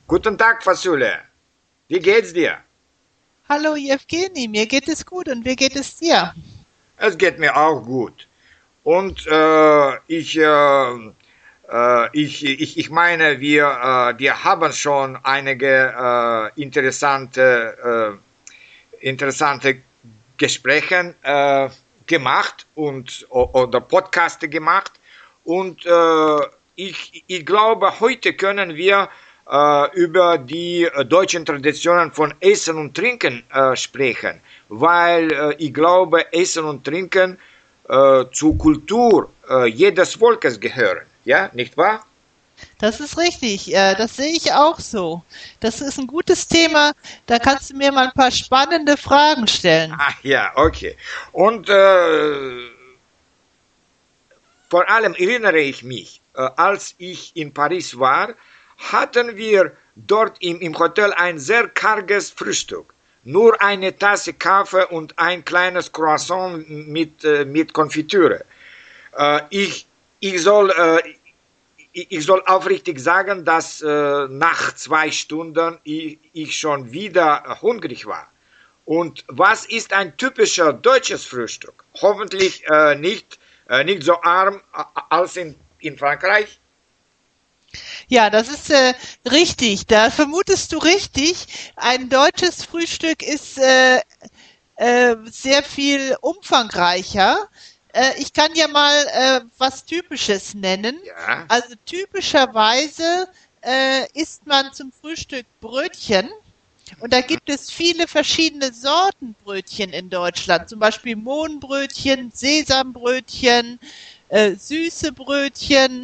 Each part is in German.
Guten Tag, Fasule. Wie geht's dir? Hallo Jewgeni, mir geht es gut und wie geht es dir? Es geht mir auch gut. Und ich meine, wir haben schon einige interessante Gespräche gemacht oder Podcaste gemacht. Und ich glaube, heute können wir über die deutschen Traditionen von Essen und Trinken sprechen, weil ich glaube, Essen und Trinken zur Kultur jedes Volkes gehören. Ja, nicht wahr? Das ist richtig, das sehe ich auch so. Das ist ein gutes Thema, da kannst du mir mal ein paar spannende Fragen stellen. Ah, ja, okay. Und vor allem erinnere ich mich, als ich in Paris war, hatten wir dort im Hotel ein sehr karges Frühstück. Nur eine Tasse Kaffee und ein kleines Croissant mit Konfitüre. Äh, ich, ich, soll, äh, ich soll aufrichtig sagen, dass nach 2 Stunden ich schon wieder hungrig war. Und was ist ein typischer deutsches Frühstück? Hoffentlich nicht so arm als in Frankreich. Ja, das ist richtig, da vermutest du richtig. Ein deutsches Frühstück ist sehr viel umfangreicher. Ich kann ja mal was Typisches nennen. Ja, Also typischerweise isst man zum Frühstück Brötchen. Und da gibt es viele verschiedene Sorten Brötchen in Deutschland. Zum Beispiel Mohnbrötchen, Sesambrötchen, süße Brötchen,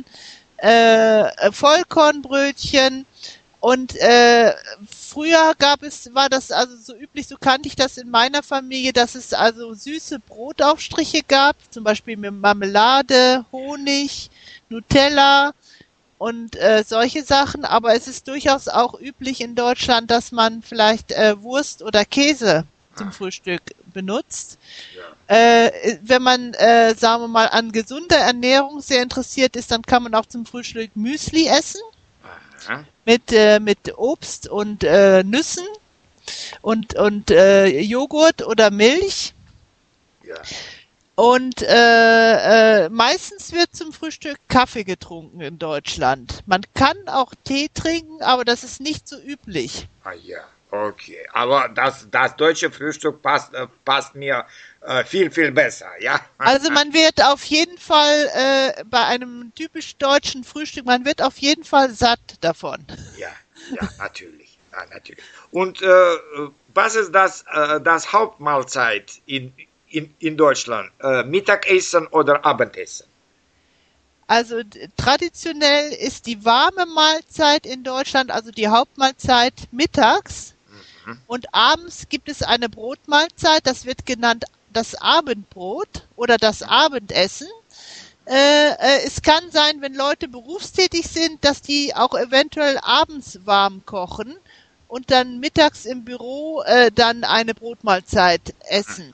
Vollkornbrötchen. Und früher war das also so üblich, so kannte ich das in meiner Familie, dass es also süße Brotaufstriche gab, zum Beispiel mit Marmelade, Honig, Nutella und solche Sachen. Aber es ist durchaus auch üblich in Deutschland, dass man vielleicht Wurst oder Käse zum Frühstück benutzt. Wenn man, sagen wir mal, an gesunder Ernährung sehr interessiert ist, dann kann man auch zum Frühstück Müsli essen ja, mit Obst und Nüssen und Joghurt oder Milch. ja. Und meistens wird zum Frühstück Kaffee getrunken in Deutschland. Man kann auch Tee trinken, aber das ist nicht so üblich. Ah, ja, okay. Aber das deutsche Frühstück passt mir viel besser, ja? Also man wird auf jeden Fall bei einem typisch deutschen Frühstück, man wird auf jeden Fall satt davon. Ja, ja, natürlich. Ja, natürlich. Und was ist das Hauptmahlzeit in Deutschland? Mittagessen oder Abendessen? Also traditionell ist die warme Mahlzeit in Deutschland, also die Hauptmahlzeit mittags. Hm? Und abends gibt es eine Brotmahlzeit, das wird genannt das Abendbrot oder das Abendessen. Es kann sein, wenn Leute berufstätig sind, dass die auch eventuell abends warm kochen und dann mittags im Büro dann eine Brotmahlzeit essen.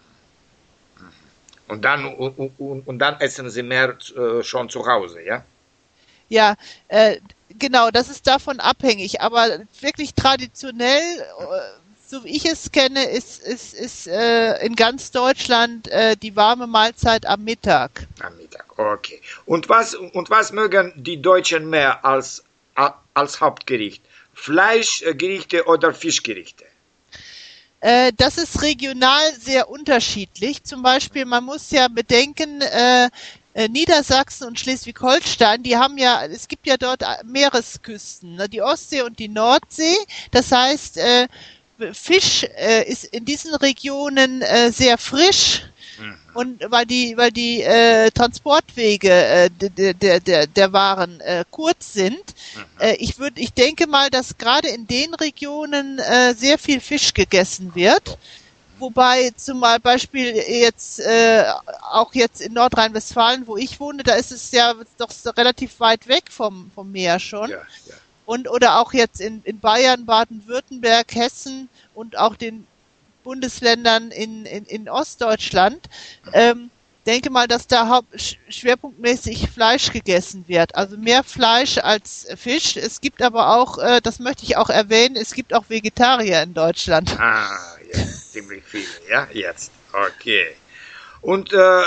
Und dann essen Sie mehr schon zu Hause, ja? Ja, genau, das ist davon abhängig. Aber wirklich traditionell, so wie ich es kenne, ist in ganz Deutschland die warme Mahlzeit am Mittag. Am Mittag, okay. Und was mögen die Deutschen mehr als Hauptgericht? Fleischgerichte oder Fischgerichte? Das ist regional sehr unterschiedlich. Zum Beispiel, man muss ja bedenken, Niedersachsen und Schleswig-Holstein, es gibt ja dort Meeresküsten, ne, die Ostsee und die Nordsee. Das heißt, Fisch ist in diesen Regionen sehr frisch. Und weil die Transportwege der Waren kurz sind, ich denke mal, dass gerade in den Regionen sehr viel Fisch gegessen wird. Wobei zum Beispiel jetzt auch jetzt in Nordrhein-Westfalen, wo ich wohne, da ist es ja doch so relativ weit weg vom Meer schon. Ja, ja. Oder auch jetzt in Bayern, Baden-Württemberg, Hessen und auch den Bundesländern in Ostdeutschland. denke mal, dass da schwerpunktmäßig Fleisch gegessen wird. Also mehr Fleisch als Fisch. Es gibt aber auch, das möchte ich auch erwähnen, es gibt auch Vegetarier in Deutschland. Ah, ja, ziemlich viele, ja, jetzt. Okay. Und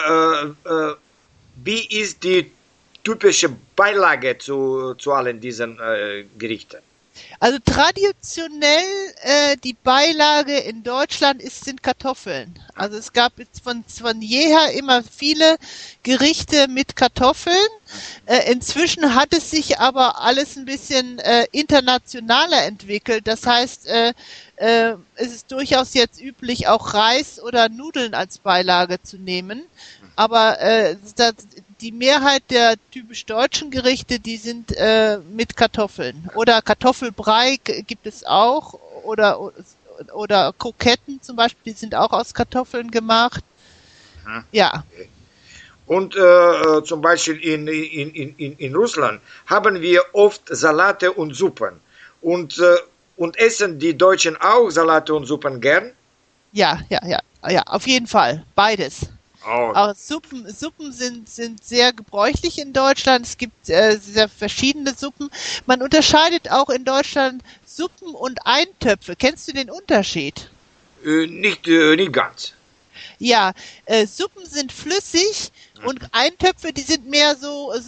wie ist die typische Beilage zu allen diesen Gerichten? Also traditionell die Beilage in Deutschland sind Kartoffeln. Also es gab jetzt von jeher immer viele Gerichte mit Kartoffeln. Inzwischen hat es sich aber alles ein bisschen internationaler entwickelt. Das heißt, es ist durchaus jetzt üblich, auch Reis oder Nudeln als Beilage zu nehmen. Aber die Mehrheit der typisch deutschen Gerichte, die sind mit Kartoffeln. Oder Kartoffelbrei gibt es auch. Oder Kroketten zum Beispiel, die sind auch aus Kartoffeln gemacht. Ja. Okay. Und zum Beispiel in Russland haben wir oft Salate und Suppen. Und essen die Deutschen auch Salate und Suppen gern? Ja, auf jeden Fall. Beides. Oh. Auch Suppen sind sehr gebräuchlich in Deutschland. Es gibt sehr verschiedene Suppen. Man unterscheidet auch in Deutschland Suppen und Eintöpfe. Kennst du den Unterschied? Nicht ganz. Ja, Suppen sind flüssig und Eintöpfe, die sind mehr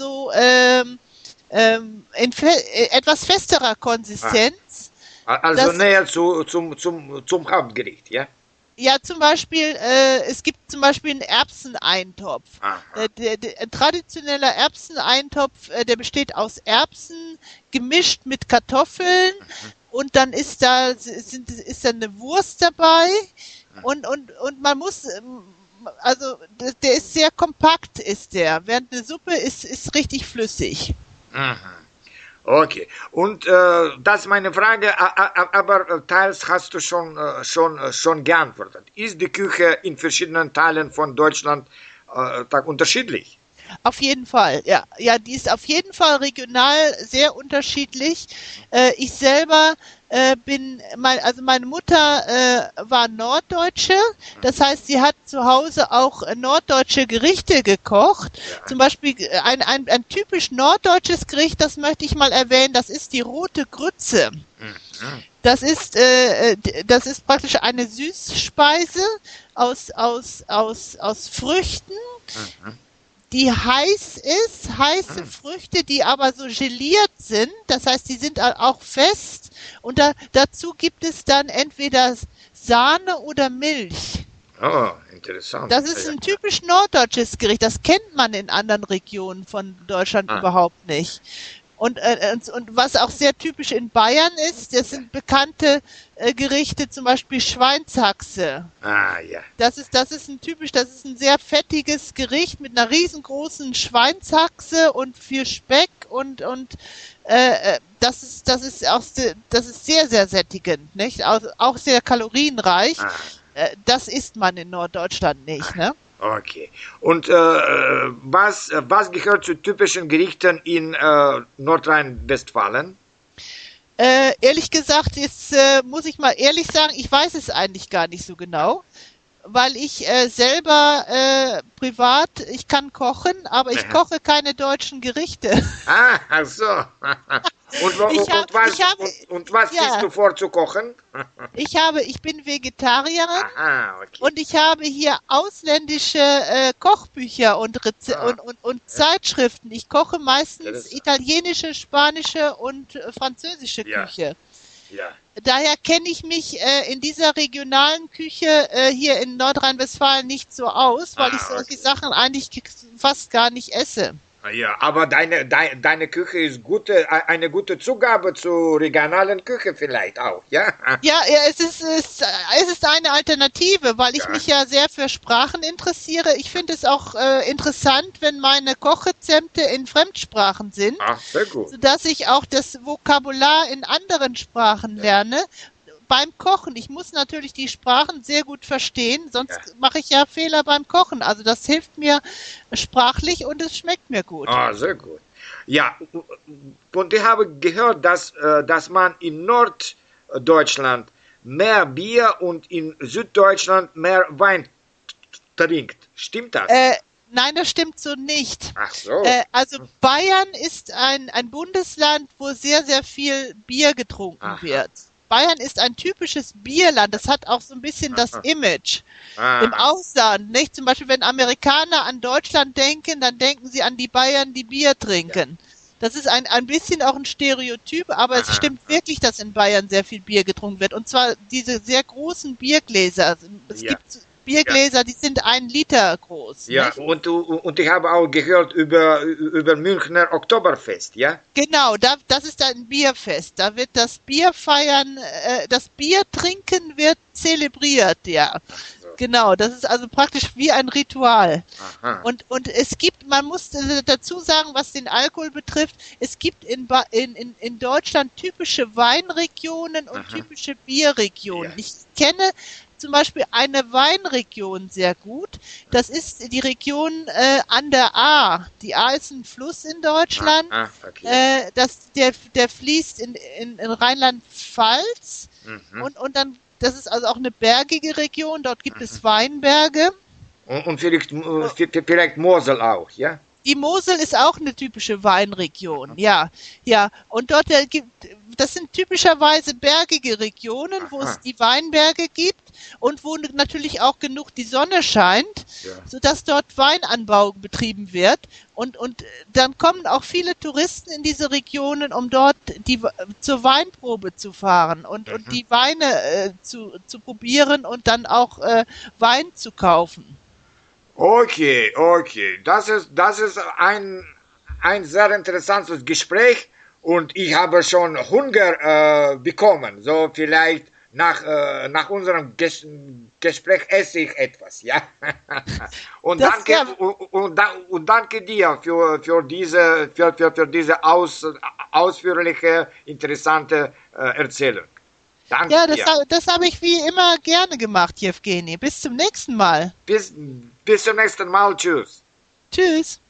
in etwas festerer Konsistenz. Also näher zum Hauptgericht, ja? Ja, zum Beispiel, es gibt zum Beispiel einen Erbseneintopf. Ein traditioneller Erbseneintopf, der besteht aus Erbsen gemischt mit Kartoffeln und dann ist da eine Wurst dabei und man muss, also der ist sehr kompakt, ist der, während eine Suppe ist richtig flüssig. Okay, und das ist meine Frage, aber teils hast du schon geantwortet. Ist die Küche in verschiedenen Teilen von Deutschland unterschiedlich? Auf jeden Fall, ja. Ja, die ist auf jeden Fall regional sehr unterschiedlich. Ich selber meine Mutter war Norddeutsche, das heißt, sie hat zu Hause auch norddeutsche Gerichte gekocht. Ja. Zum Beispiel ein typisch norddeutsches Gericht, das möchte ich mal erwähnen, das ist die rote Grütze. Das ist praktisch eine Süßspeise aus Früchten. Die heiße Früchte, die aber so geliert sind, das heißt, die sind auch fest und dazu gibt es dann entweder Sahne oder Milch. Oh, interessant. Das ist ein typisch norddeutsches Gericht, das kennt man in anderen Regionen von Deutschland überhaupt nicht. Und was auch sehr typisch in Bayern ist, das sind bekannte Gerichte, zum Beispiel Schweinshaxe. Ah, ja. Das ist ein sehr fettiges Gericht mit einer riesengroßen Schweinshaxe und viel Speck und das ist sehr, sehr sättigend, nicht? Auch sehr kalorienreich. Das isst man in Norddeutschland nicht, ne? Okay. Und was gehört zu typischen Gerichten in Nordrhein-Westfalen? Ehrlich gesagt, jetzt muss ich mal ehrlich sagen, ich weiß es eigentlich gar nicht so genau, weil ich selber privat, ich kann kochen, aber ich koche keine deutschen Gerichte. Ach so. Und was bist du vor zu kochen? Ich bin Vegetarierin. Aha, okay. Und ich habe hier ausländische Kochbücher und Zeitschriften. Ich koche meistens italienische, spanische und französische Küche. Ja. Daher kenne ich mich in dieser regionalen Küche hier in Nordrhein-Westfalen nicht so aus, weil ich solche Sachen eigentlich fast gar nicht esse. Ja, aber deine Küche ist eine gute Zugabe zur regionalen Küche vielleicht auch, ja? Ja, es ist eine Alternative, weil ich mich ja sehr für Sprachen interessiere. Ich finde es auch interessant, wenn meine Kochrezepte in Fremdsprachen sind, sehr gut. sodass ich auch das Vokabular in anderen Sprachen lerne. Beim Kochen, ich muss natürlich die Sprachen sehr gut verstehen, sonst mache ich ja Fehler beim Kochen. Also das hilft mir sprachlich und es schmeckt mir gut. Ah, sehr gut. Ja, und ich habe gehört, dass man in Norddeutschland mehr Bier und in Süddeutschland mehr Wein trinkt. Stimmt das? Nein, das stimmt so nicht. Ach so. Also Bayern ist ein Bundesland, wo sehr, sehr viel Bier getrunken Aha. wird. Bayern ist ein typisches Bierland. Das hat auch so ein bisschen das Image im Ausland. Nicht? Zum Beispiel, wenn Amerikaner an Deutschland denken, dann denken sie an die Bayern, die Bier trinken. Das ist ein bisschen auch ein Stereotyp, aber es stimmt wirklich, dass in Bayern sehr viel Bier getrunken wird. Und zwar diese sehr großen Biergläser. Es gibt Biergläser, die sind 1 Liter groß. Ja, nicht? und ich habe auch gehört über Münchner Oktoberfest, ja? Genau, das ist ein Bierfest. Da wird das Bier feiern, das Bier trinken wird zelebriert, ja. So. Genau, das ist also praktisch wie ein Ritual. Aha. Und es gibt, man muss dazu sagen, was den Alkohol betrifft, es gibt in Deutschland typische Weinregionen und typische Bierregionen. Ja. Ich kenne zum Beispiel eine Weinregion sehr gut. Das ist die Region an der Ahr. Die Ahr ist ein Fluss in Deutschland. Okay. Der fließt in Rheinland-Pfalz. Und dann, das ist also auch eine bergige Region. Dort gibt es Weinberge. Und vielleicht Mosel auch, ja? Die Mosel ist auch eine typische Weinregion, ja. Und dort das sind typischerweise bergige Regionen, wo es die Weinberge gibt und wo natürlich auch genug die Sonne scheint, sodass dort Weinanbau betrieben wird. Und dann kommen auch viele Touristen in diese Regionen, um dort zur Weinprobe zu fahren und die Weine zu probieren und dann auch Wein zu kaufen. Okay. Das ist ein sehr interessantes Gespräch und ich habe schon Hunger bekommen. So vielleicht nach unserem Gespräch esse ich etwas, ja? Und danke dir für diese ausführliche, interessante Erzählung. Danke dir. Das habe ich wie immer gerne gemacht, Jewgeni. Bis zum nächsten Mal. Bis zum nächsten Mal. Tschüss. Tschüss.